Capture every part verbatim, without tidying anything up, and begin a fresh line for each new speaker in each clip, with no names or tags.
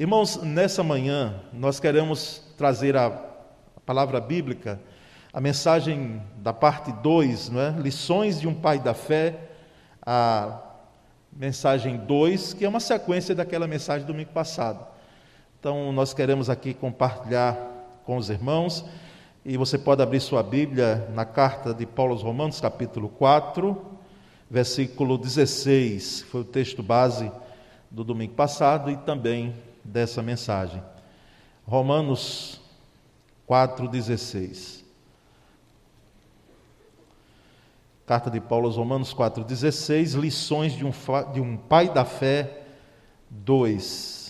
Irmãos, nessa manhã nós queremos trazer a palavra bíblica, a mensagem da parte dois, não é? Lições de um pai da fé, a mensagem dois, que é uma sequência daquela mensagem do domingo passado. Então nós queremos aqui compartilhar com os irmãos, e você pode abrir sua Bíblia na carta de Paulo aos Romanos, capítulo quatro, versículo dezesseis, foi o texto base do domingo passado e também dessa mensagem. Romanos quatro, dezesseis. Carta de Paulo aos Romanos quatro, dezesseis, lições de um, de um pai da fé, dois.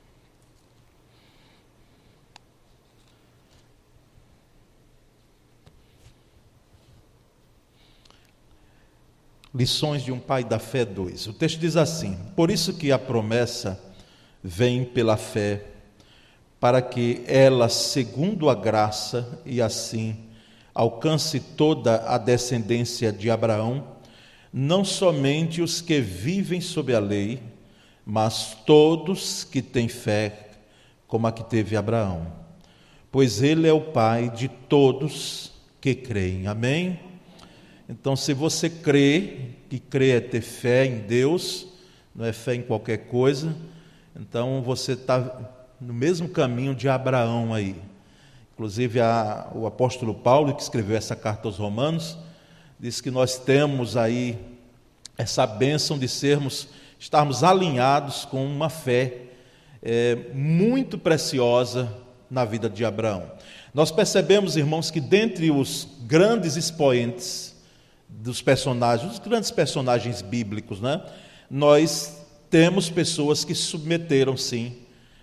Lições de um pai da fé, dois. O texto diz assim: por isso que a promessa vem pela fé, para que ela, segundo a graça, e assim alcance toda a descendência de Abraão, não somente os que vivem sob a lei, mas todos que têm fé, como a que teve Abraão. Pois ele é o pai de todos que creem. Amém? Então, se você crê, que crê é ter fé em Deus, não é fé em qualquer coisa, então você está no mesmo caminho de Abraão aí. Inclusive, a, o apóstolo Paulo, que escreveu essa carta aos Romanos, diz que nós temos aí essa bênção de sermos, estarmos alinhados com uma fé é, muito preciosa na vida de Abraão. Nós percebemos, irmãos, que dentre os grandes expoentes dos personagens, os grandes personagens bíblicos, né, nós temos pessoas que se submeteram, sim,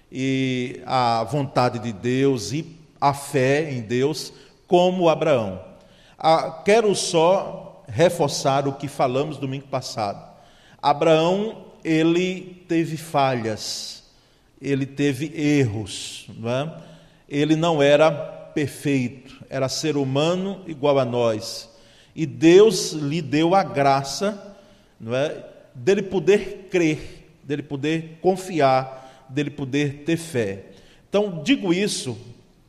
e à vontade de Deus e à fé em Deus, como Abraão. Ah, quero só reforçar o que falamos domingo passado. Abraão, ele teve falhas, ele teve erros, não é? Ele não era perfeito, era ser humano igual a nós. E Deus lhe deu a graça, não é, dele poder crer, dele poder confiar, dele poder ter fé. Então, digo isso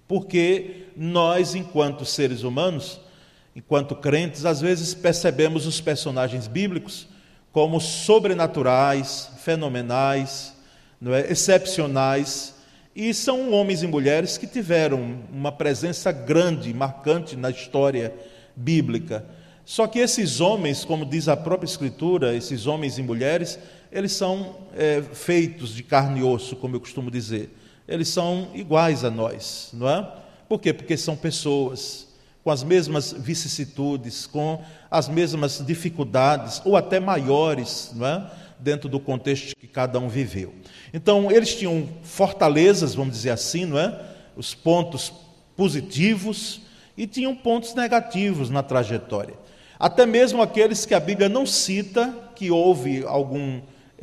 porque nós, enquanto seres humanos, enquanto crentes, às vezes percebemos os personagens bíblicos como sobrenaturais, fenomenais, não é, excepcionais, e são homens e mulheres que tiveram uma presença grande, marcante na história bíblica. Só que esses homens, como diz a própria Escritura, esses homens e mulheres, eles são é, feitos de carne e osso, como eu costumo dizer. Eles são iguais a nós, não é? Por quê? Porque são pessoas com as mesmas vicissitudes, com as mesmas dificuldades, ou até maiores, não é? Dentro do contexto que cada um viveu. Então, eles tinham fortalezas, vamos dizer assim, não é? Os pontos positivos, e tinham pontos negativos na trajetória. Até mesmo aqueles que a Bíblia não cita, que houve algum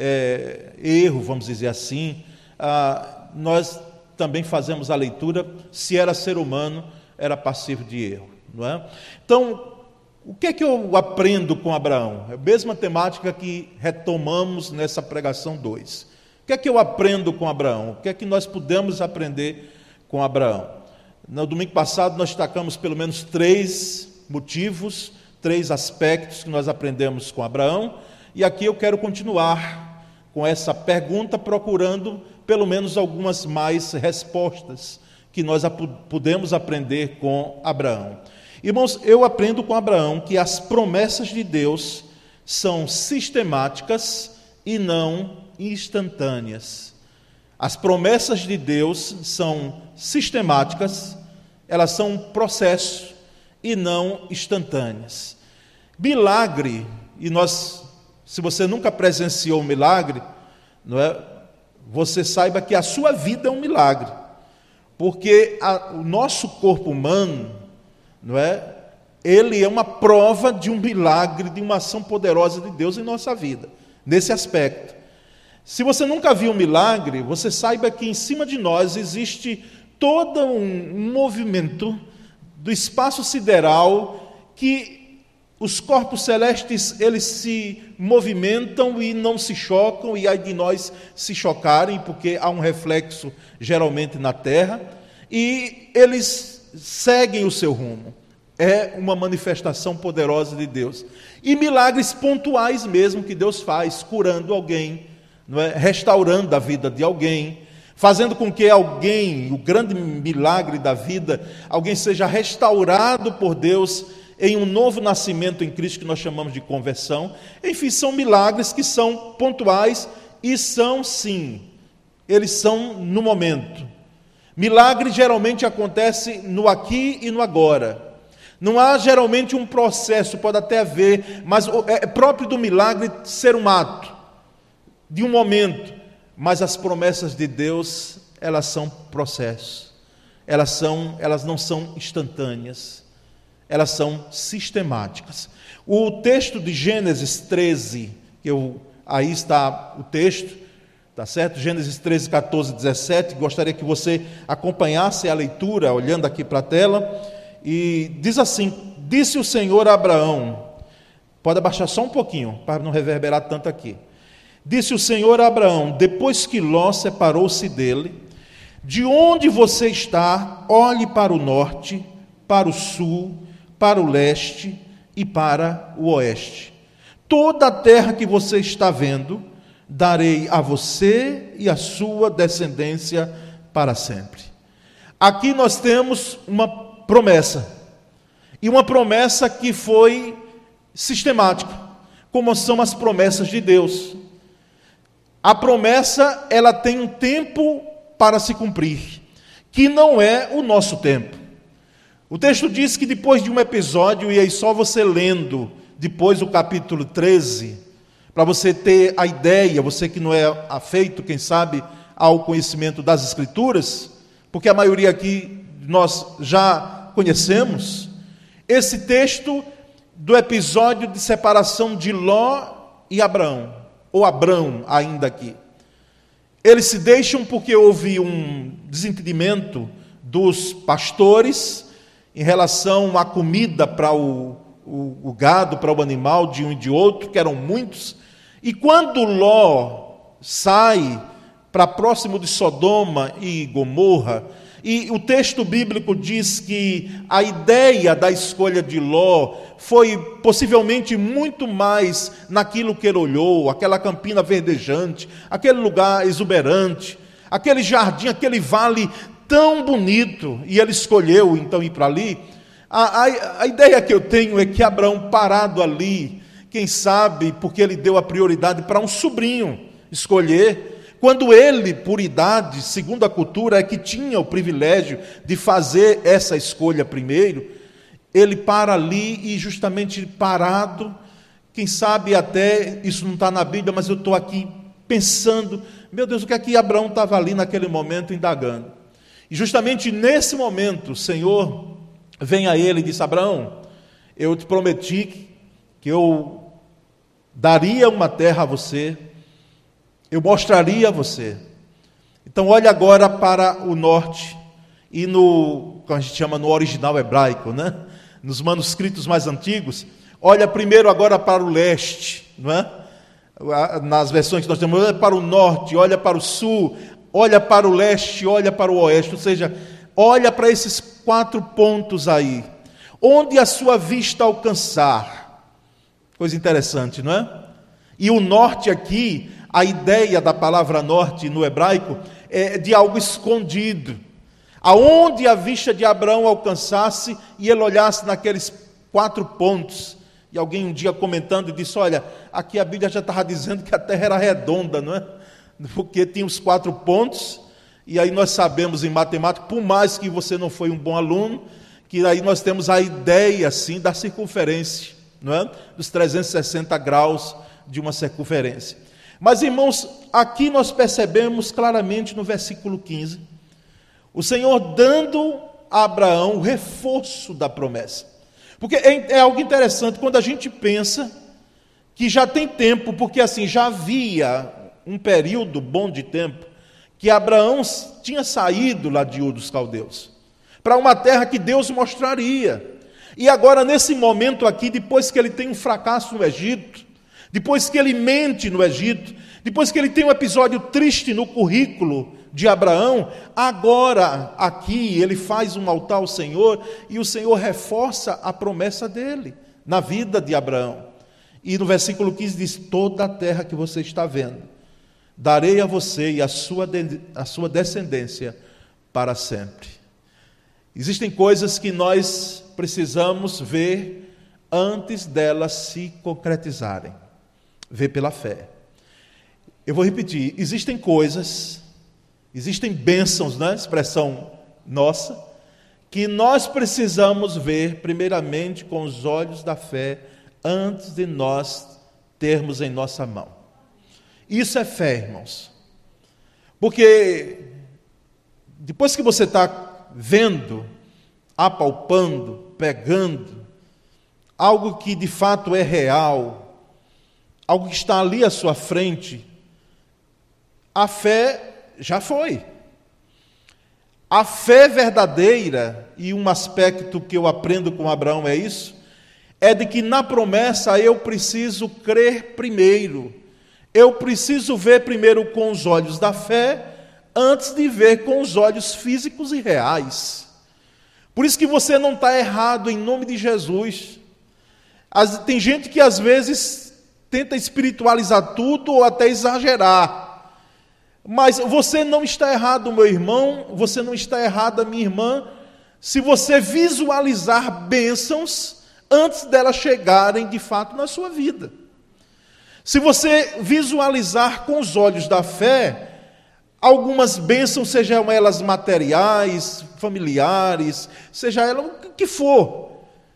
é, erro, vamos dizer assim, ah, nós também fazemos a leitura, se era ser humano, era passível de erro, não é? Então, o que é que eu aprendo com Abraão? É a mesma temática que retomamos nessa pregação dois. O que é que eu aprendo com Abraão? O que é que nós podemos aprender com Abraão? No domingo passado nós destacamos pelo menos três motivos, três aspectos que nós aprendemos com Abraão, e aqui eu quero continuar com essa pergunta, procurando pelo menos algumas mais respostas que nós podemos aprender com Abraão. Irmãos, eu aprendo com Abraão que as promessas de Deus são sistemáticas e não instantâneas. As promessas de Deus são sistemáticas, elas são um processo e não instantâneas. Milagre, e nós, se você nunca presenciou um milagre, não é? Você saiba que a sua vida é um milagre, porque a, o nosso corpo humano, não é? Ele é uma prova de um milagre, de uma ação poderosa de Deus em nossa vida, nesse aspecto. Se você nunca viu um milagre, você saiba que em cima de nós existe todo um, um movimento do espaço sideral que os corpos celestes, eles se movimentam e não se chocam, e ai de nós se chocarem, porque há um reflexo geralmente na terra, e eles seguem o seu rumo. É uma manifestação poderosa de Deus. E milagres pontuais mesmo que Deus faz, curando alguém, não é? Restaurando a vida de alguém, fazendo com que alguém, o grande milagre da vida, alguém seja restaurado por Deus em um novo nascimento em Cristo, que nós chamamos de conversão. Enfim, são milagres que são pontuais e são, sim, eles são no momento. Milagre geralmente acontece no aqui e no agora. Não há geralmente um processo, pode até haver, mas é próprio do milagre ser um ato, de um momento. Mas as promessas de Deus, elas são processos. Elas, são, elas não são instantâneas, elas são sistemáticas. O texto de Gênesis treze, que eu, aí está o texto, tá certo? Gênesis treze, catorze, dezessete, gostaria que você acompanhasse a leitura, olhando aqui para a tela. E diz assim: disse o Senhor a Abraão, pode abaixar só um pouquinho, para não reverberar tanto aqui. Disse o Senhor a Abraão, depois que Ló separou-se dele: de onde você está, olhe para o norte, para o sul, para o leste e para o oeste. Toda a terra que você está vendo, darei a você e a sua descendência para sempre. Aqui nós temos uma promessa, e uma promessa que foi sistemática, como são as promessas de Deus. A promessa, ela tem um tempo para se cumprir, que não é o nosso tempo. O texto diz que depois de um episódio, e aí só você lendo depois o capítulo treze, para você ter a ideia, você que não é afeito, quem sabe, ao conhecimento das Escrituras, porque a maioria aqui nós já conhecemos, esse texto do episódio de separação de Ló e Abraão, ou Abrão ainda aqui. Eles se deixam porque houve um desentendimento dos pastores em relação à comida para o, o, o gado, para o animal de um e de outro, que eram muitos, e quando Ló sai para próximo de Sodoma e Gomorra, e o texto bíblico diz que a ideia da escolha de Ló foi possivelmente muito mais naquilo que ele olhou, aquela campina verdejante, aquele lugar exuberante, aquele jardim, aquele vale tão bonito, e ele escolheu então ir para ali. A, a, a ideia que eu tenho é que Abraão, parado ali, quem sabe porque ele deu a prioridade para um sobrinho escolher, quando ele, por idade, segundo a cultura, é que tinha o privilégio de fazer essa escolha primeiro, ele para ali e justamente parado, quem sabe até, isso não está na Bíblia, mas eu estou aqui pensando, meu Deus, o que é que Abraão estava ali naquele momento indagando? E justamente nesse momento, o Senhor vem a ele e diz: Abraão, eu te prometi que eu daria uma terra a você, eu mostraria a você. Então olhe agora para o norte, e no, como a gente chama no original hebraico, né? Nos manuscritos mais antigos, olha primeiro agora para o leste, não é? Nas versões que nós temos, olha para o norte, olha para o sul, olha para o leste, olha para o oeste, ou seja, olha para esses quatro pontos aí, onde a sua vista alcançar. Coisa interessante, não é? E o norte aqui, a ideia da palavra norte no hebraico é de algo escondido, aonde a vista de Abraão alcançasse e ele olhasse naqueles quatro pontos. E alguém um dia comentando disse: olha, aqui a Bíblia já estava dizendo que a terra era redonda, não é? Porque tinha os quatro pontos, e aí nós sabemos em matemática, por mais que você não foi um bom aluno, que aí nós temos a ideia assim da circunferência, não é? Dos trezentos e sessenta graus de uma circunferência. Mas, irmãos, aqui nós percebemos claramente no versículo quinze, o Senhor dando a Abraão o reforço da promessa. Porque é, é algo interessante quando a gente pensa que já tem tempo, porque assim, já havia um período bom de tempo que Abraão tinha saído lá de Ur dos Caldeus, para uma terra que Deus mostraria. E agora, nesse momento aqui, depois que ele tem um fracasso no Egito, depois que ele mente no Egito, depois que ele tem um episódio triste no currículo de Abraão, agora aqui ele faz um altar ao Senhor e o Senhor reforça a promessa dele na vida de Abraão. E no versículo quinze diz: toda a terra que você está vendo, darei a você e a sua, de, a sua descendência para sempre. Existem coisas que nós precisamos ver antes delas se concretizarem. Ver pela fé. Eu vou repetir, existem coisas, existem bênçãos, né? Expressão nossa, que nós precisamos ver primeiramente com os olhos da fé, antes de nós termos em nossa mão. Isso é fé, irmãos. Porque depois que você está vendo, apalpando, pegando, algo que de fato é real, algo que está ali à sua frente, a fé já foi. A fé verdadeira, e um aspecto que eu aprendo com Abraão é isso, é de que na promessa eu preciso crer primeiro. Eu preciso ver primeiro com os olhos da fé, antes de ver com os olhos físicos e reais. Por isso que você não está errado, em nome de Jesus. As, tem gente que às vezes tenta espiritualizar tudo ou até exagerar. Mas você não está errado, meu irmão, você não está errada, minha irmã, se você visualizar bênçãos antes delas chegarem de fato na sua vida. Se você visualizar com os olhos da fé, algumas bênçãos, sejam elas materiais, familiares, seja ela o que for,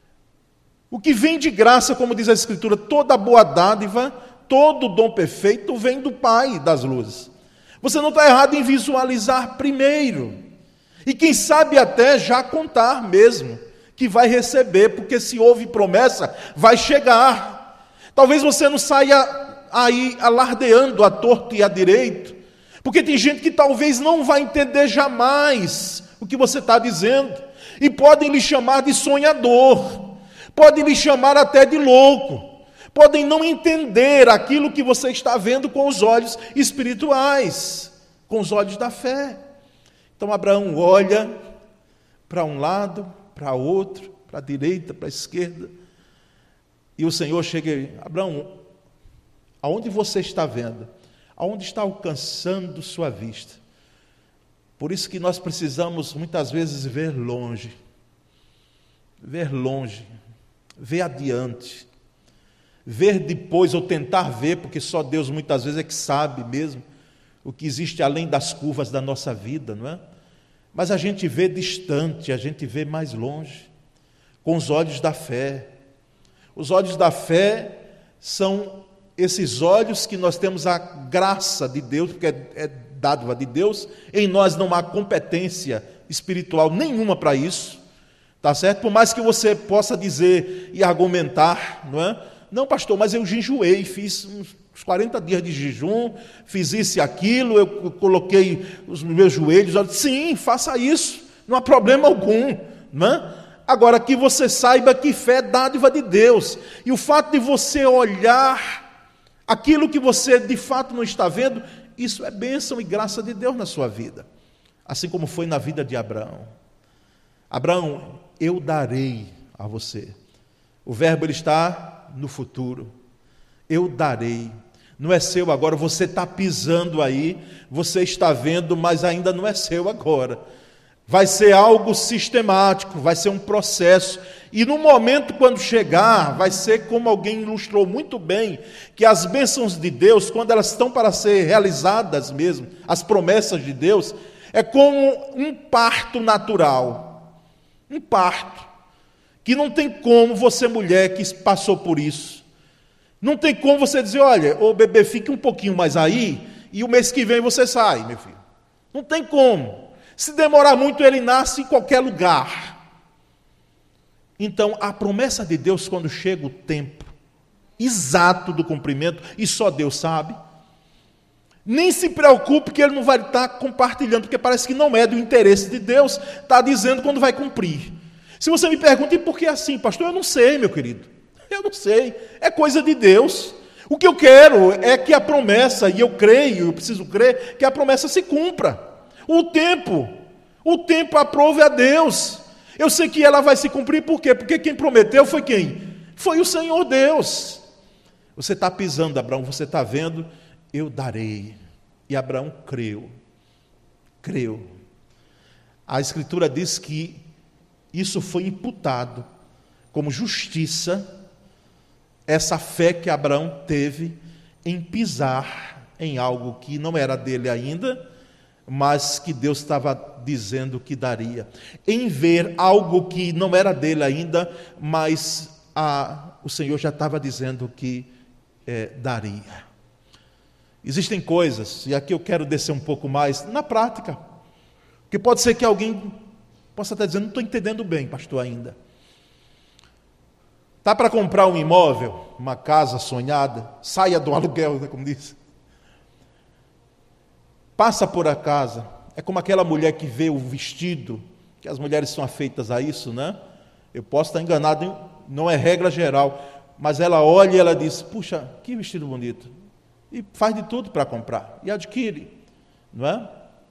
o que vem de graça, como diz a Escritura, toda boa dádiva, todo dom perfeito vem do Pai das luzes. Você não está errado em visualizar primeiro, e quem sabe até já contar mesmo, que vai receber, porque se houve promessa, vai chegar. Talvez você não saia aí alardeando à torto e à direito, porque tem gente que talvez não vai entender jamais o que você está dizendo, e podem lhe chamar de sonhador, podem lhe chamar até de louco, podem não entender aquilo que você está vendo com os olhos espirituais, com os olhos da fé. Então Abraão olha para um lado, para outro, para a direita, para a esquerda, e o Senhor chega e diz: Abraão, aonde você está vendo? Aonde está alcançando sua vista? Por isso que nós precisamos muitas vezes ver longe, ver longe, ver adiante, ver depois, ou tentar ver, porque só Deus muitas vezes é que sabe mesmo o que existe além das curvas da nossa vida, não é? Mas a gente vê distante, a gente vê mais longe, com os olhos da fé. Os olhos da fé são esses olhos que nós temos a graça de Deus, porque é, é dádiva de Deus, em nós não há competência espiritual nenhuma para isso, tá certo? Por mais que você possa dizer e argumentar, não é? Não, pastor, mas eu jejuei, fiz uns quarenta dias de jejum, fiz isso e aquilo, eu coloquei os meus joelhos. Sim, faça isso, não há problema algum, não é? Agora, que você saiba que fé é dádiva de Deus, e o fato de você olhar aquilo que você de fato não está vendo, isso é bênção e graça de Deus na sua vida, assim como foi na vida de Abraão. Abraão, eu darei a você. O verbo ele está no futuro. Eu darei. Não é seu agora, você está pisando aí, você está vendo, mas ainda não é seu agora. Vai ser algo sistemático, vai ser um processo. E no momento quando chegar, vai ser como alguém ilustrou muito bem, que as bênçãos de Deus, quando elas estão para ser realizadas mesmo, as promessas de Deus, é como um parto natural. Um parto. Que não tem como você, mulher que passou por isso, não tem como você dizer: olha, ô bebê, fique um pouquinho mais aí, e o mês que vem você sai, meu filho. Não tem como. Se demorar muito, ele nasce em qualquer lugar. Então, a promessa de Deus, quando chega o tempo exato do cumprimento, e só Deus sabe, nem se preocupe que ele não vai estar compartilhando, porque parece que não é do interesse de Deus, está dizendo quando vai cumprir. Se você me pergunta, e por que assim, pastor? Eu não sei, meu querido. Eu não sei. É coisa de Deus. O que eu quero é que a promessa, e eu creio, eu preciso crer, que a promessa se cumpra. O tempo, o tempo aprove a Deus. Eu sei que ela vai se cumprir, por quê? Porque quem prometeu foi quem? Foi o Senhor Deus. Você está pisando, Abraão, você está vendo, eu darei. E Abraão creu. Creu. A Escritura diz que isso foi imputado como justiça, essa fé que Abraão teve em pisar em algo que não era dele ainda, mas que Deus estava dizendo que daria. Em ver algo que não era dele ainda, mas a, o Senhor já estava dizendo que é, daria. Existem coisas, e aqui eu quero descer um pouco mais, na prática, que pode ser que alguém possa estar dizendo, não estou entendendo bem, pastor, ainda. Está para comprar um imóvel, uma casa sonhada, saia do aluguel, como diz. Passa por a casa, é como aquela mulher que vê o vestido, que as mulheres são afeitas a isso, né? Eu posso estar enganado, não é regra geral, mas ela olha e ela diz, puxa, que vestido bonito. E faz de tudo para comprar, e adquire, não é?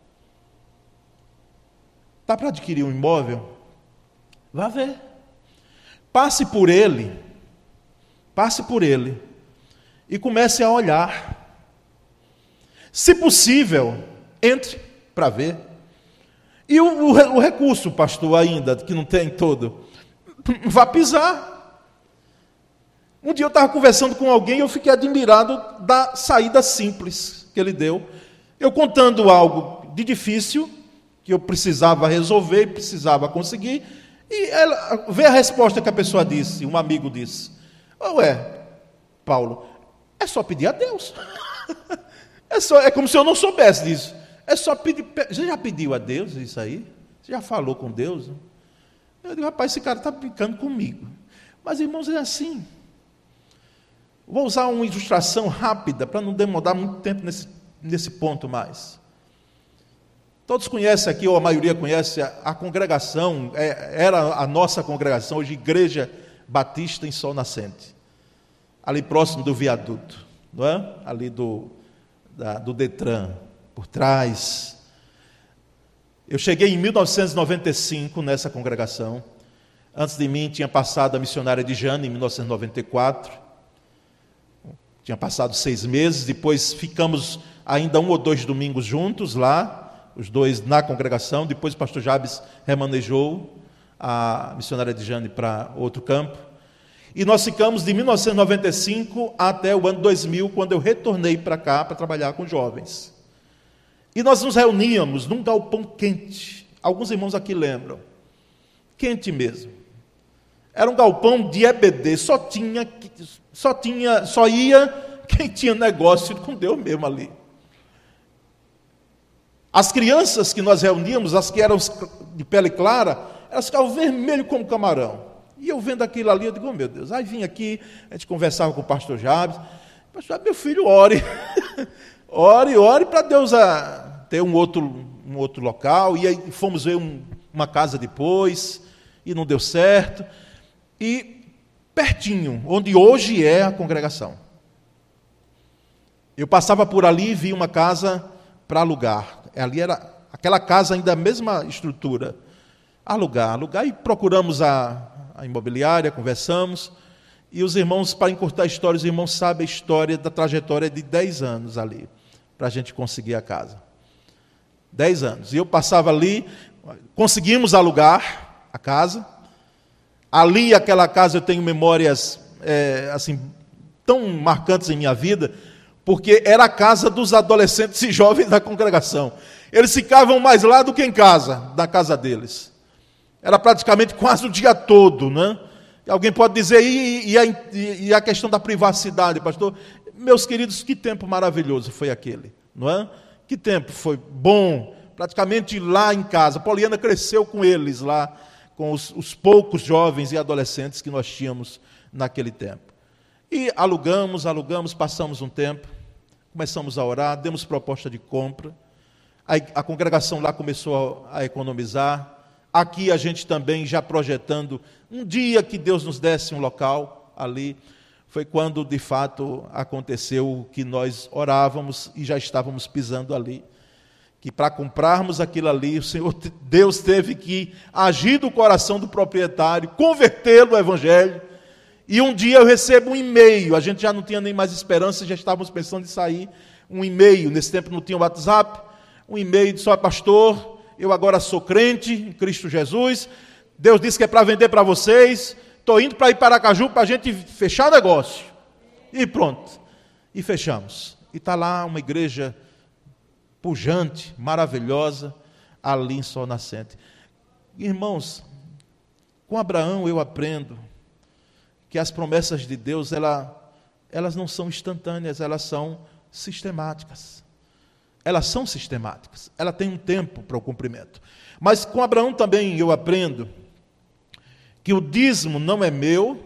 Está para adquirir um imóvel? Vá ver. Passe por ele, passe por ele, e comece a olhar. Se possível, entre para ver. E o, o, o recurso, pastor, ainda, que não tem todo, vá pisar. Um dia eu estava conversando com alguém e eu fiquei admirado da saída simples que ele deu. Eu contando algo de difícil, que eu precisava resolver, precisava conseguir, e ela, vê a resposta que a pessoa disse, um amigo disse, ué, Paulo, é só pedir a Deus. É, só, é como se eu não soubesse disso. É só pedir. Você já pediu a Deus isso aí? Você já falou com Deus? Eu digo, rapaz, esse cara está brincando comigo. Mas, irmãos, é assim. Vou usar uma ilustração rápida para não demorar muito tempo nesse, nesse ponto mais. Todos conhecem aqui, ou a maioria conhece, a, a congregação, é, era a nossa congregação, hoje Igreja Batista em Sol Nascente. Ali próximo do viaduto, não é? Ali do, da, do Detran, por trás. Eu cheguei em mil novecentos e noventa e cinco nessa congregação. Antes de mim tinha passado a missionária de Jane, em mil novecentos e noventa e quatro. Tinha passado seis meses, depois ficamos ainda um ou dois domingos juntos lá, os dois na congregação. Depois o pastor Jabes remanejou a missionária de Jane para outro campo. E nós ficamos de mil novecentos e noventa e cinco até o ano dois mil, quando eu retornei para cá para trabalhar com jovens. E nós nos reuníamos num galpão quente. Alguns irmãos aqui lembram. Quente mesmo. Era um galpão de E B D, só tinha, só tinha, só ia quem tinha negócio com Deus mesmo ali. As crianças que nós reuníamos, as que eram de pele clara, elas ficavam vermelhas como camarão. E eu vendo aquilo ali, eu digo, oh, meu Deus, aí vim aqui, a gente conversava com o pastor Jabes, pastor Jabes, meu filho, ore, ore, ore para Deus a, ter um outro, um outro local. E aí fomos ver um, uma casa depois, e não deu certo. E pertinho, onde hoje é a congregação. Eu passava por ali e vi uma casa para alugar. Ali era aquela casa ainda a mesma estrutura. Alugar, alugar, e procuramos a, a imobiliária, conversamos, e os irmãos, para encurtar a história, os irmãos sabem a história da trajetória de dez anos ali, para a gente conseguir a casa. Dez anos. E eu passava ali, conseguimos alugar a casa. Ali, aquela casa, eu tenho memórias é, assim, tão marcantes em minha vida, porque era a casa dos adolescentes e jovens da congregação. Eles ficavam mais lá do que em casa, da casa deles. Era praticamente quase o dia todo, né? Alguém pode dizer, e, e, a, e a questão da privacidade, pastor? Meus queridos, que tempo maravilhoso foi aquele, não é? Que tempo foi bom, praticamente lá em casa. Poliana cresceu com eles lá, com os, os poucos jovens e adolescentes que nós tínhamos naquele tempo. E alugamos, alugamos, passamos um tempo, começamos a orar, demos proposta de compra, a, a congregação lá começou a, a economizar, Aqui a gente também já projetando um dia que Deus nos desse um local ali. Foi quando de fato aconteceu que nós orávamos e já estávamos pisando ali. Que para comprarmos aquilo ali, o Senhor Deus teve que agir do coração do proprietário, convertê-lo ao Evangelho. E um dia eu recebo um e-mail, a gente já não tinha nem mais esperança, já estávamos pensando em sair, um e-mail, nesse tempo não tinha WhatsApp, um e-mail de só pastor, eu agora sou crente em Cristo Jesus, Deus disse que é para vender para vocês, estou indo para ir para Aracaju para a gente fechar negócio. E pronto, e fechamos. E está lá uma igreja pujante, maravilhosa, ali em Sol Nascente. Irmãos, com Abraão eu aprendo que as promessas de Deus, ela, elas não são instantâneas, elas são sistemáticas. Elas são sistemáticas, ela tem um tempo para o cumprimento. Mas com Abraão também eu aprendo que o dízimo não é meu,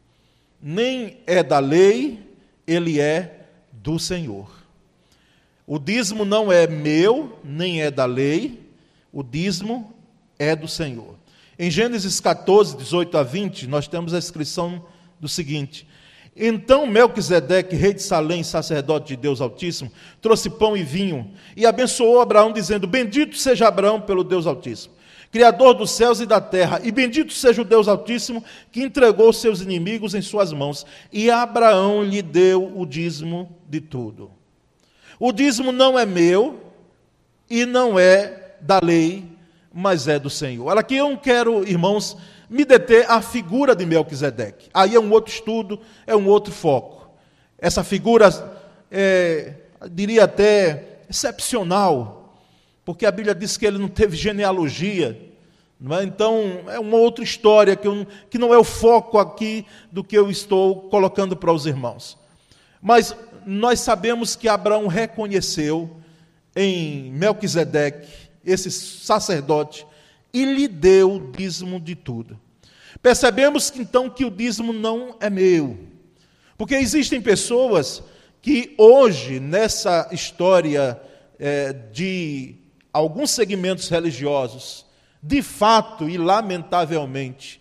nem é da lei, ele é do Senhor. O dízimo não é meu, nem é da lei, o dízimo é do Senhor. Em Gênesis catorze, dezoito a vinte, nós temos a inscrição do seguinte: então Melquisedeque, rei de Salém, sacerdote de Deus Altíssimo, trouxe pão e vinho, e abençoou Abraão, dizendo: bendito seja Abraão pelo Deus Altíssimo, Criador dos céus e da terra, e bendito seja o Deus Altíssimo, que entregou seus inimigos em suas mãos. E Abraão lhe deu o dízimo de tudo. O dízimo não é meu e não é da lei, mas é do Senhor. Aqui eu não quero, irmãos, me deter à figura de Melquisedeque. Aí é um outro estudo, é um outro foco. Essa figura, é, diria até, excepcional, porque a Bíblia diz que ele não teve genealogia. Não é? Então, é uma outra história que, eu, que não é o foco aqui do que eu estou colocando para os irmãos. Mas nós sabemos que Abraão reconheceu em Melquisedeque, esse sacerdote, e lhe deu o dízimo de tudo. Percebemos então que o dízimo não é meu, porque existem pessoas que hoje, nessa história é, de alguns segmentos religiosos, de fato e lamentavelmente,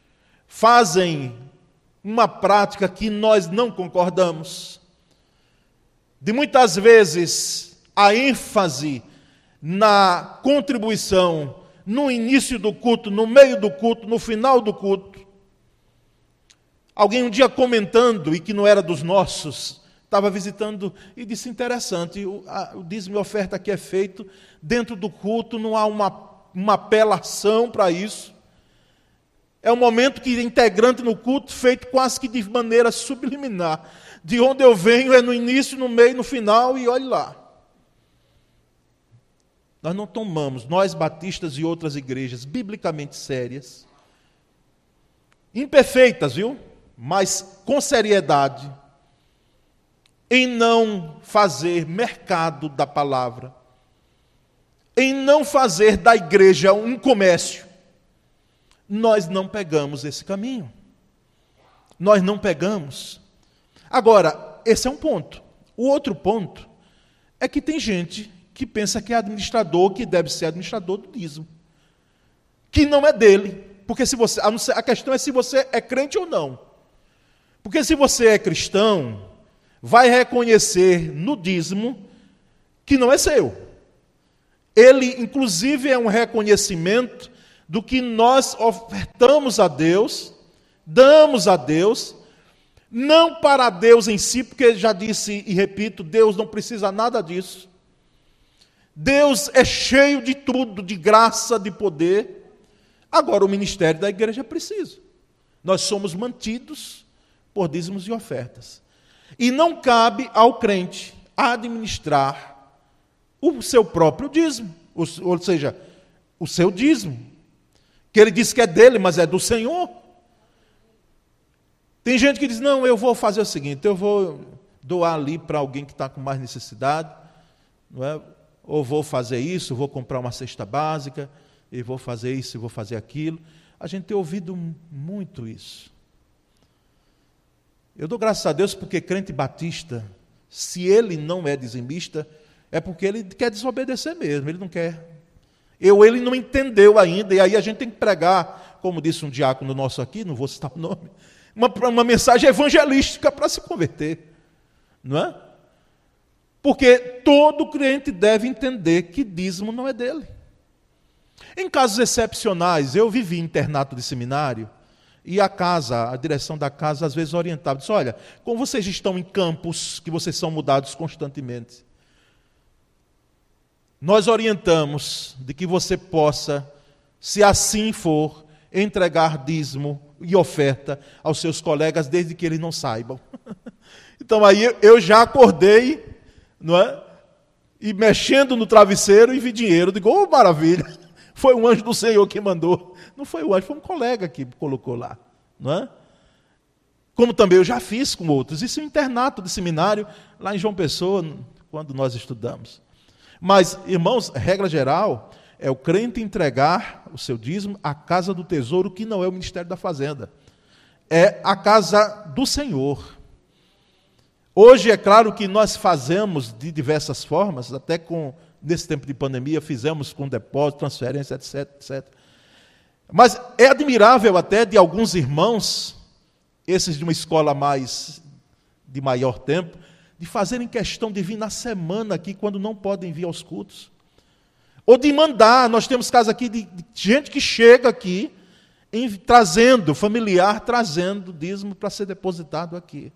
fazem uma prática que nós não concordamos, de muitas vezes a ênfase na contribuição, no início do culto, no meio do culto, no final do culto. Alguém um dia comentando, e que não era dos nossos, estava visitando e disse: interessante, o, a, o dízimo e oferta aqui é feito dentro do culto, não há uma, uma apelação para isso. É um momento que é integrante no culto, feito quase que de maneira subliminar. De onde eu venho é no início, no meio, no final, e olhe lá. Nós não tomamos, nós batistas e outras igrejas biblicamente sérias, imperfeitas, viu? Mas com seriedade, em não fazer mercado da palavra, em não fazer da igreja um comércio, nós não pegamos esse caminho. Nós não pegamos. Agora, esse é um ponto. O outro ponto é que tem gente que pensa que é administrador, que deve ser administrador do dízimo, que não é dele. Porque se você, a, ser, a questão é se você é crente ou não. Porque se você é cristão, vai reconhecer no dízimo que não é seu. Ele, inclusive, é um reconhecimento do que nós ofertamos a Deus, damos a Deus, não para Deus em si, porque já disse e repito, Deus não precisa nada disso. Deus é cheio de tudo, de graça, de poder. Agora o ministério da igreja é preciso. Nós somos mantidos por dízimos e ofertas. E não cabe ao crente administrar o seu próprio dízimo, ou seja, o seu dízimo, que ele diz que é dele, mas é do Senhor. Tem gente que diz: não, eu vou fazer o seguinte, eu vou doar ali para alguém que está com mais necessidade, não é? Ou vou fazer isso, vou comprar uma cesta básica, e vou fazer isso, e vou fazer aquilo. A gente tem ouvido muito isso. Eu dou graças a Deus porque crente batista, se ele não é dizimista, é porque ele quer desobedecer mesmo, ele não quer. Eu, ele não entendeu ainda, e aí a gente tem que pregar, como disse um diácono nosso aqui, não vou citar o nome, uma, uma mensagem evangelística para se converter, não é? Porque todo crente deve entender que dízimo não é dele. Em casos excepcionais, eu vivi internato de seminário, e a casa, a direção da casa, às vezes orientava, disse, olha, como vocês estão em campos, que vocês são mudados constantemente, nós orientamos de que você possa, se assim for, entregar dízimo e oferta aos seus colegas, desde que eles não saibam. Então aí eu já acordei, não é? E mexendo no travesseiro e vi dinheiro. Digo, oh, maravilha, foi um anjo do Senhor que mandou. Não foi o anjo, foi um colega que colocou lá, não é? Como também eu já fiz com outros. Isso é um internato de seminário, lá em João Pessoa, quando nós estudamos. Mas, irmãos, regra geral, é o crente entregar o seu dízimo à casa do tesouro, que não é o Ministério da Fazenda. É a casa do Senhor. Hoje, é claro que nós fazemos de diversas formas, até com, nesse tempo de pandemia, fizemos com depósito, transferência, etc, etcétera. Mas é admirável até de alguns irmãos, esses de uma escola mais de maior tempo, de fazerem questão de vir na semana aqui, quando não podem vir aos cultos. Ou de mandar, nós temos casos aqui de, de gente que chega aqui, em, trazendo, familiar, trazendo dízimo para ser depositado aqui.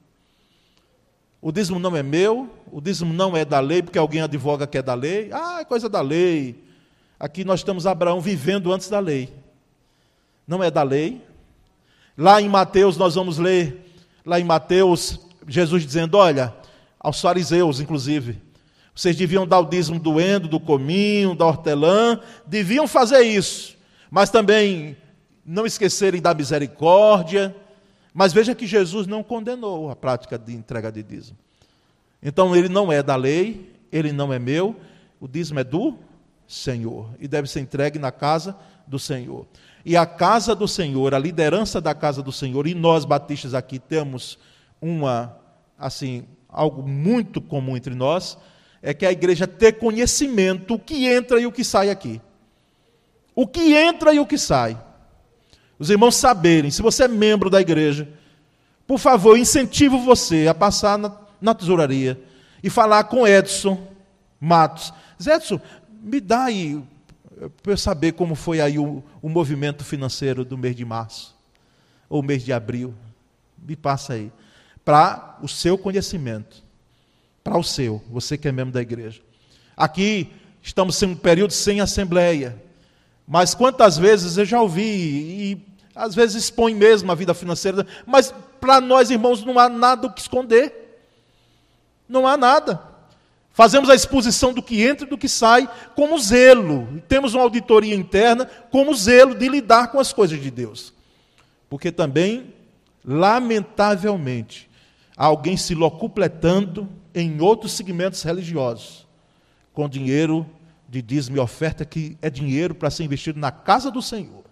O dízimo não é meu, o dízimo não é da lei, porque alguém advoga que é da lei. Ah, é coisa da lei. Aqui nós temos Abraão vivendo antes da lei. Não é da lei. Lá em Mateus, nós vamos ler, lá em Mateus, Jesus dizendo, olha, aos fariseus, inclusive, vocês deviam dar o dízimo do endo, do cominho, da hortelã, deviam fazer isso, mas também não esquecerem da misericórdia. Mas veja que Jesus não condenou a prática de entrega de dízimo. Então ele não é da lei, ele não é meu, o dízimo é do Senhor, e deve ser entregue na casa do Senhor. E a casa do Senhor, a liderança da casa do Senhor, e nós batistas aqui temos uma, assim, algo muito comum entre nós, é que a igreja ter conhecimento, o que entra e o que sai aqui. O que entra e o que sai. Os irmãos saberem, se você é membro da igreja, por favor, incentivo você a passar na, na tesouraria e falar com Edson Matos. Edson, me dá aí, para eu saber como foi aí o, o movimento financeiro do mês de março, ou mês de abril. Me passa aí. Para o seu conhecimento. Para o seu, você que é membro da igreja. Aqui estamos em um período sem assembleia. Mas quantas vezes eu já ouvi, e às vezes expõe mesmo a vida financeira, mas para nós, irmãos, não há nada o que esconder. Não há nada. Fazemos a exposição do que entra e do que sai como zelo. E temos uma auditoria interna como zelo de lidar com as coisas de Deus. Porque também, lamentavelmente, há alguém se locupletando em outros segmentos religiosos, com dinheiro de dízimo e oferta, que é dinheiro para ser investido na casa do Senhor.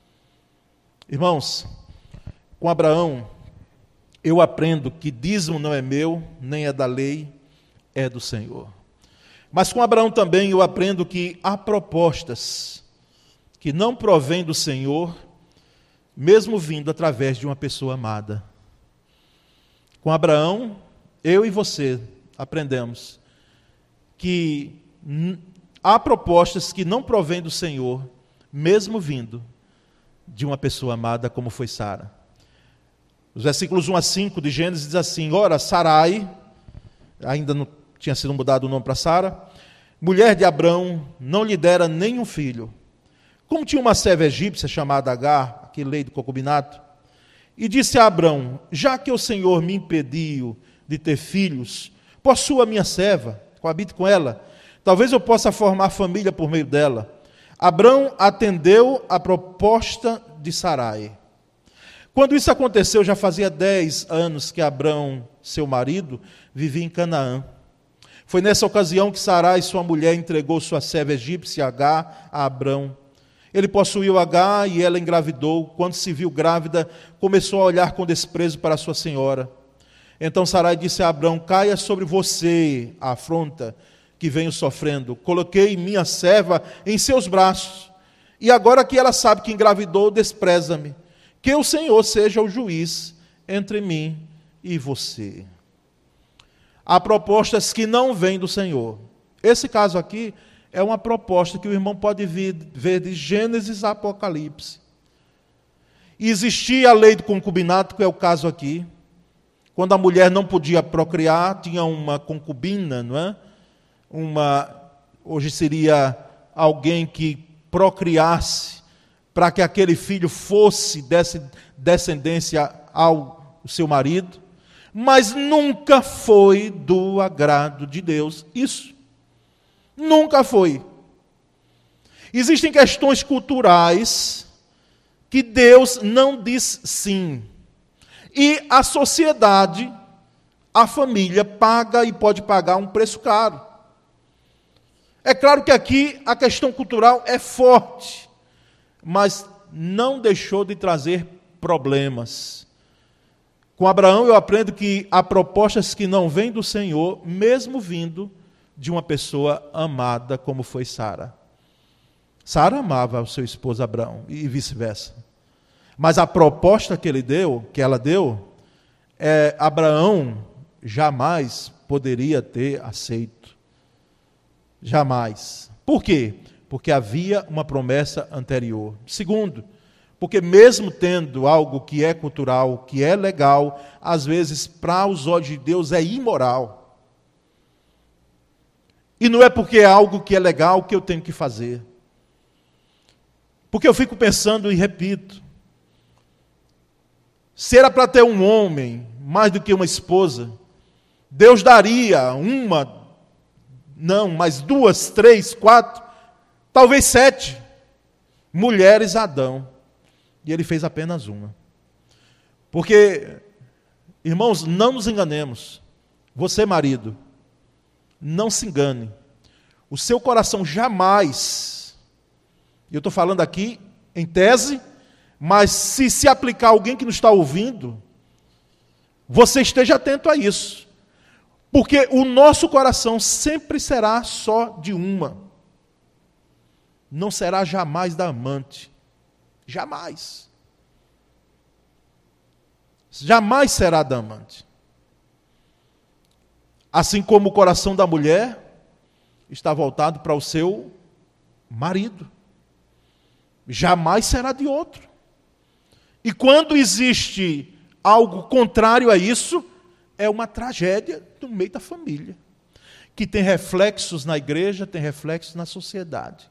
Irmãos, com Abraão, eu aprendo que dízimo não é meu, nem é da lei, é do Senhor. Mas com Abraão também eu aprendo que há propostas que não provêm do Senhor, mesmo vindo através de uma pessoa amada. Com Abraão, eu e você aprendemos que há propostas que não provêm do Senhor, mesmo vindo de uma pessoa amada, como foi Sara. Os versículos um a cinco de Gênesis diz assim, ora, Sarai, ainda não tinha sido mudado o nome para Sara, mulher de Abrão, não lhe dera nenhum filho. Como tinha uma serva egípcia chamada Agar, que lei do concubinato, e disse a Abrão, já que o Senhor me impediu de ter filhos, possua a minha serva, coabite com ela, talvez eu possa formar família por meio dela. Abrão atendeu a proposta de Sarai. Quando isso aconteceu, já fazia dez anos que Abrão, seu marido, vivia em Canaã. Foi nessa ocasião que Sarai, sua mulher, entregou sua serva egípcia Agar a Abrão. Ele possuiu Agar e ela engravidou. Quando se viu grávida, começou a olhar com desprezo para sua senhora. Então Sarai disse a Abrão, caia sobre você a afronta que venho sofrendo. Coloquei minha serva em seus braços, e agora que ela sabe que engravidou, despreza-me. Que o Senhor seja o juiz entre mim e você. Há propostas que não vêm do Senhor. Esse caso aqui é uma proposta que o irmão pode vir, ver de Gênesis a Apocalipse. Existia a lei do concubinato, que é o caso aqui. Quando a mulher não podia procriar, tinha uma concubina, não é? Uma, hoje seria alguém que procriasse para que aquele filho fosse desse descendência ao seu marido, mas nunca foi do agrado de Deus isso. Nunca foi. Existem questões culturais que Deus não diz sim. E a sociedade, a família, paga e pode pagar um preço caro. É claro que aqui a questão cultural é forte, mas não deixou de trazer problemas. Com Abraão eu aprendo que há propostas que não vêm do Senhor, mesmo vindo de uma pessoa amada, como foi Sara. Sara amava o seu esposo Abraão, e vice-versa. Mas a proposta que ele deu, que ela deu, é, Abraão jamais poderia ter aceito. Jamais. Por quê? Porque havia uma promessa anterior. Segundo, porque mesmo tendo algo que é cultural, que é legal, às vezes, para os olhos de Deus, é imoral. E não é porque é algo que é legal que eu tenho que fazer. Porque eu fico pensando e repito, se era para ter um homem mais do que uma esposa, Deus daria uma, não, mas duas, três, quatro, talvez sete mulheres a Adão. E ele fez apenas uma. Porque, irmãos, não nos enganemos. Você, marido, não se engane. O seu coração jamais, e eu estou falando aqui em tese, mas se se aplicar alguém que não está ouvindo, você esteja atento a isso. Porque o nosso coração sempre será só de uma. Não será jamais da amante. Jamais. Jamais será da amante. Assim como o coração da mulher está voltado para o seu marido. Jamais será de outro. E quando existe algo contrário a isso, é uma tragédia no meio da família, que tem reflexos na igreja, tem reflexos na sociedade.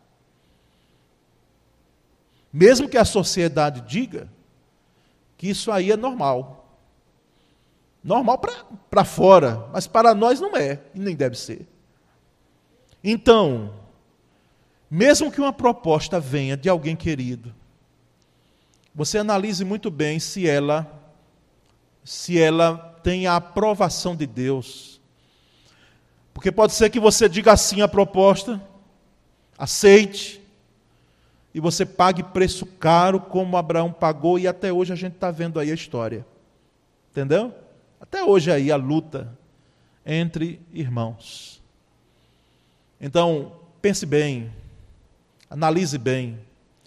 Mesmo que a sociedade diga que isso aí é normal. Normal para fora, mas para nós não é, e nem deve ser. Então, mesmo que uma proposta venha de alguém querido, você analise muito bem se ela, se ela tem a aprovação de Deus. Porque pode ser que você diga assim a proposta, aceite, e você pague preço caro como Abraão pagou, e até hoje a gente está vendo aí a história. Entendeu? Até hoje aí a luta entre irmãos. Então, pense bem, analise bem.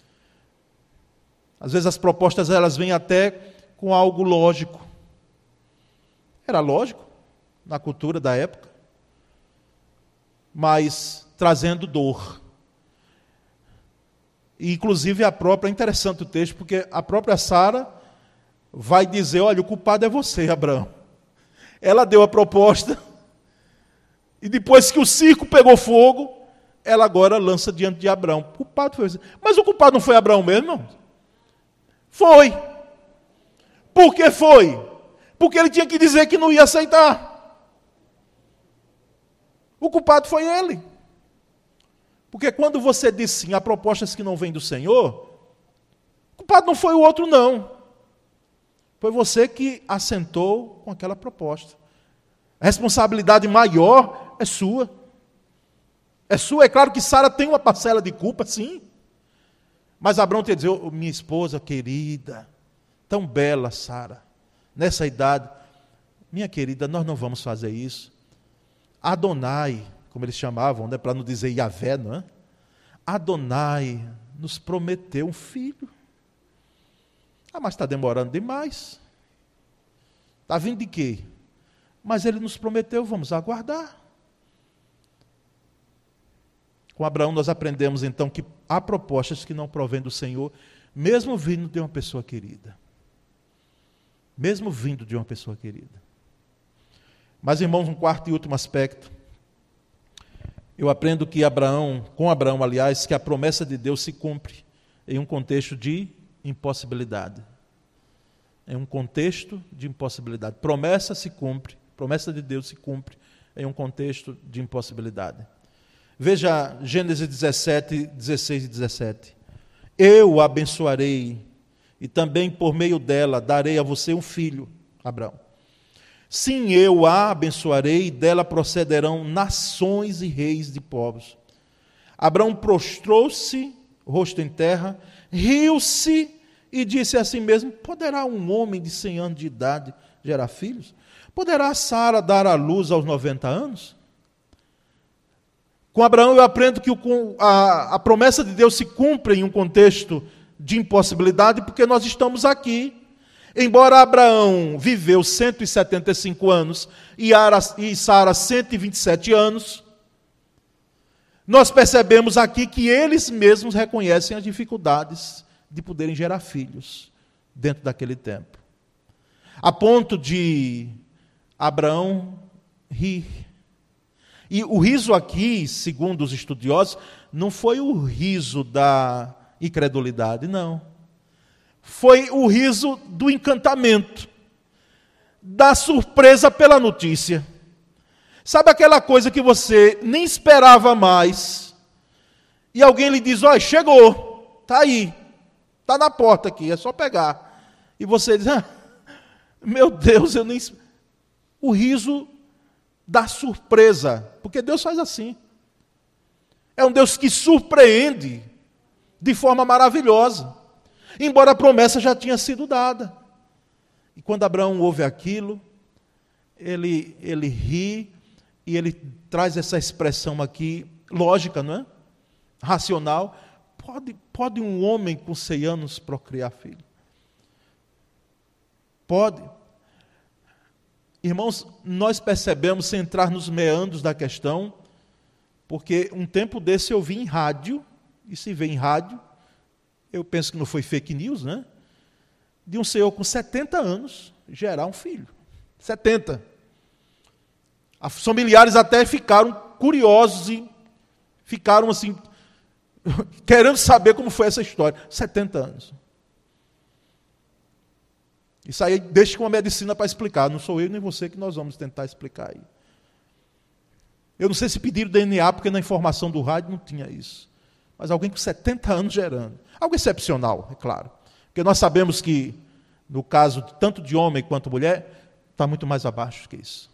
Às vezes as propostas elas vêm até com algo lógico. Era lógico na cultura da época, mas trazendo dor. E, inclusive a própria, é interessante o texto, porque a própria Sara vai dizer, olha, o culpado é você, Abraão. Ela deu a proposta, e depois que o circo pegou fogo, ela agora lança diante de Abraão. O culpado foi você. Mas o culpado não foi Abraão mesmo, não? Foi. Por que foi? Porque ele tinha que dizer que não ia aceitar. O culpado foi ele. Porque quando você diz sim a propostas que não vêm do Senhor, o culpado não foi o outro, não. Foi você que assentou com aquela proposta. A responsabilidade maior é sua. É sua. É claro que Sara tem uma parcela de culpa, sim. Mas Abraão tem que dizer, oh, minha esposa querida, tão bela, Sara, nessa idade, minha querida, nós não vamos fazer isso. Adonai, como eles chamavam, né, para não dizer Yahvé, não é? Adonai nos prometeu um filho. Ah, mas está demorando demais. Está vindo de quê? Mas ele nos prometeu, vamos aguardar. Com Abraão nós aprendemos então que há propostas que não provêm do Senhor, mesmo vindo de uma pessoa querida. Mesmo vindo de uma pessoa querida. Mas, irmãos, um quarto e último aspecto. Eu aprendo que Abraão, com Abraão, aliás, que a promessa de Deus se cumpre em um contexto de impossibilidade. Em um contexto de impossibilidade. Promessa se cumpre, promessa de Deus se cumpre em um contexto de impossibilidade. Veja Gênesis dezessete, dezesseis e dezessete. Eu o abençoarei, e também por meio dela darei a você um filho, Abraão. Sim, eu a abençoarei, e dela procederão nações e reis de povos. Abraão prostrou-se, rosto em terra, riu-se e disse a si mesmo: poderá um homem de cem anos de idade gerar filhos? Poderá Sara dar à luz aos noventa anos? Com Abraão eu aprendo que o, a, a promessa de Deus se cumpre em um contexto de impossibilidade, porque nós estamos aqui. Embora Abraão viveu cento e setenta e cinco anos e, Ara, e Sara cento e vinte e sete anos, nós percebemos aqui que eles mesmos reconhecem as dificuldades de poderem gerar filhos dentro daquele tempo. A ponto de Abraão rir. E o riso aqui, segundo os estudiosos, não foi o riso da incredulidade, não. Foi o riso do encantamento, da surpresa pela notícia. Sabe aquela coisa que você nem esperava mais, e alguém lhe diz: olha, chegou, está aí, está na porta aqui, é só pegar. E você diz: ah, meu Deus, eu nem... O riso da surpresa, porque Deus faz assim. É um Deus que surpreende de forma maravilhosa, embora a promessa já tinha sido dada. E quando Abraão ouve aquilo, ele, ele ri, e ele traz essa expressão aqui, lógica, não é? Racional. Pode, pode um homem com cem anos procriar filho? Pode. Irmãos, nós percebemos, sem entrar nos meandros da questão, porque um tempo desse eu vi em rádio, e se vê em rádio, eu penso que não foi fake news, né? De um senhor com setenta anos gerar um filho. setenta. Os familiares até ficaram curiosos e ficaram assim, querendo saber como foi essa história. setenta anos. Isso aí deixa com a medicina para explicar. Não sou eu nem você que nós vamos tentar explicar aí. Eu não sei se pediram D N A, porque na informação do rádio não tinha isso. Mas alguém com setenta anos gerando. Algo excepcional, é claro. Porque nós sabemos que, no caso tanto de homem quanto mulher, está muito mais abaixo que isso.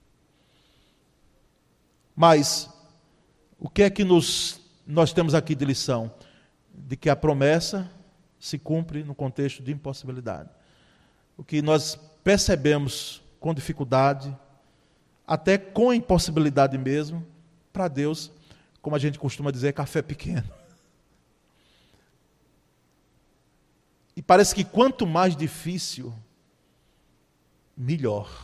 Mas, o que é que nos, nós temos aqui de lição? De que a promessa se cumpre no contexto de impossibilidade. O que nós percebemos com dificuldade, até com impossibilidade mesmo, para Deus, como a gente costuma dizer, café pequeno. E parece que quanto mais difícil, melhor.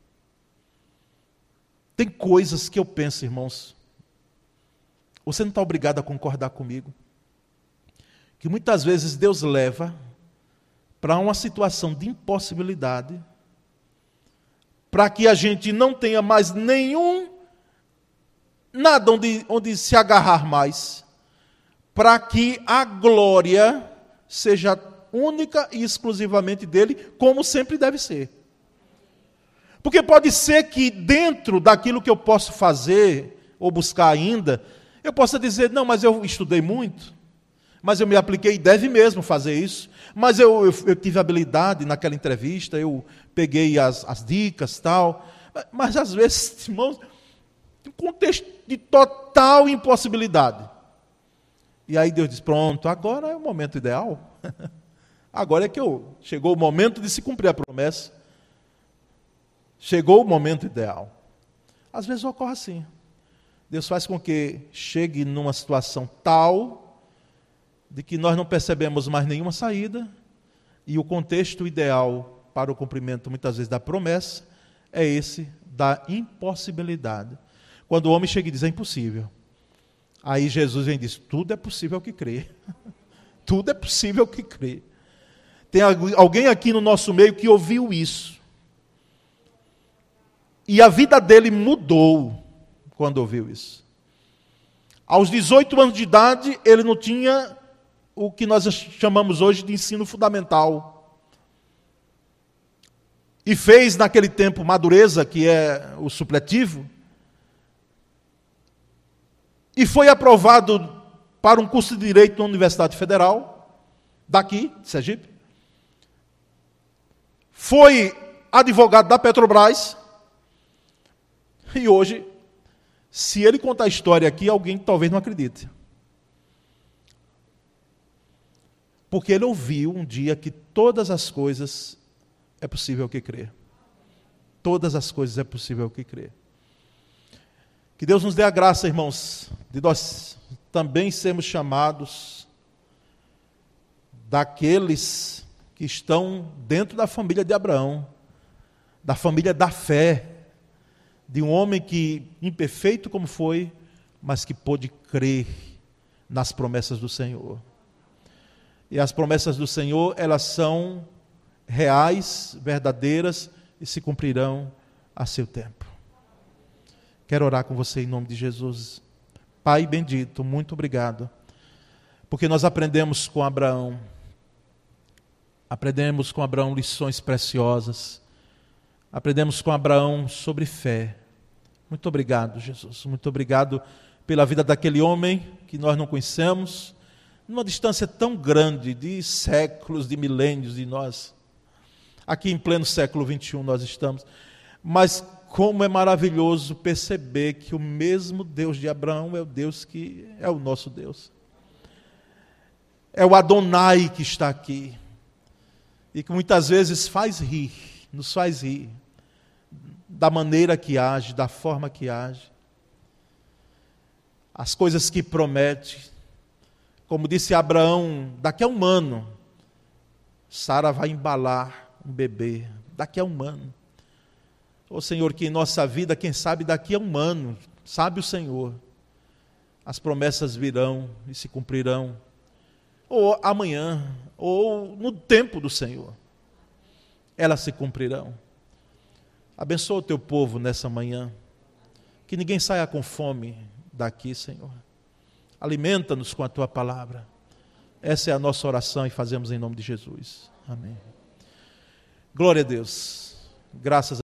Tem coisas que eu penso, irmãos, você não está obrigado a concordar comigo, que muitas vezes Deus leva para uma situação de impossibilidade, para que a gente não tenha mais nenhum, nada onde, onde se agarrar mais, para que a glória seja única e exclusivamente dele, como sempre deve ser. Porque pode ser que dentro daquilo que eu posso fazer, ou buscar ainda, eu possa dizer: não, mas eu estudei muito, mas eu me apliquei, e deve mesmo fazer isso, mas eu, eu, eu tive habilidade naquela entrevista, eu peguei as, as dicas e tal, mas às vezes, irmãos, em contexto de total impossibilidade. E aí Deus diz: pronto, agora é o momento ideal. Agora é que eu, chegou o momento de se cumprir a promessa. Chegou o momento ideal. Às vezes ocorre assim. Deus faz com que chegue numa situação tal de que nós não percebemos mais nenhuma saída, e o contexto ideal para o cumprimento, muitas vezes, da promessa é esse da impossibilidade. Quando o homem chega e diz, é impossível. Aí Jesus vem e diz, tudo é possível que crê. Tudo é possível que crê. Tem alguém aqui no nosso meio que ouviu isso. E a vida dele mudou quando ouviu isso. Aos dezoito anos de idade, ele não tinha o que nós chamamos hoje de ensino fundamental. E fez naquele tempo madureza, que é o supletivo, e foi aprovado para um curso de Direito na Universidade Federal, daqui, de Sergipe. Foi advogado da Petrobras, e hoje, se ele contar a história aqui, alguém talvez não acredite. Porque ele ouviu um dia que todas as coisas é possível que crer. Todas as coisas é possível que crer. Que Deus nos dê a graça, irmãos, de nós também sermos chamados daqueles que estão dentro da família de Abraão, da família da fé, de um homem que, imperfeito como foi, mas que pôde crer nas promessas do Senhor. E as promessas do Senhor, elas são reais, verdadeiras e se cumprirão a seu tempo. Quero orar com você em nome de Jesus. Pai bendito, muito obrigado, porque nós aprendemos com Abraão, aprendemos com Abraão lições preciosas, aprendemos com Abraão sobre fé. Muito obrigado, Jesus, muito obrigado pela vida daquele homem que nós não conhecemos, numa distância tão grande de séculos, de milênios de nós. Aqui em pleno século vinte e um nós estamos, mas como é maravilhoso perceber que o mesmo Deus de Abraão é o Deus que é o nosso Deus. É o Adonai que está aqui. E que muitas vezes faz rir, nos faz rir. Da maneira que age, da forma que age. As coisas que promete. Como disse Abraão, daqui a um ano, Sara vai embalar um bebê. Daqui a um ano. Ô Senhor, que em nossa vida, quem sabe daqui a um ano, sabe o Senhor, as promessas virão e se cumprirão, ou amanhã, ou no tempo do Senhor, elas se cumprirão. Abençoa o teu povo nessa manhã, que ninguém saia com fome daqui, Senhor. Alimenta-nos com a tua palavra. Essa é a nossa oração e fazemos em nome de Jesus. Amém. Glória a Deus. Graças a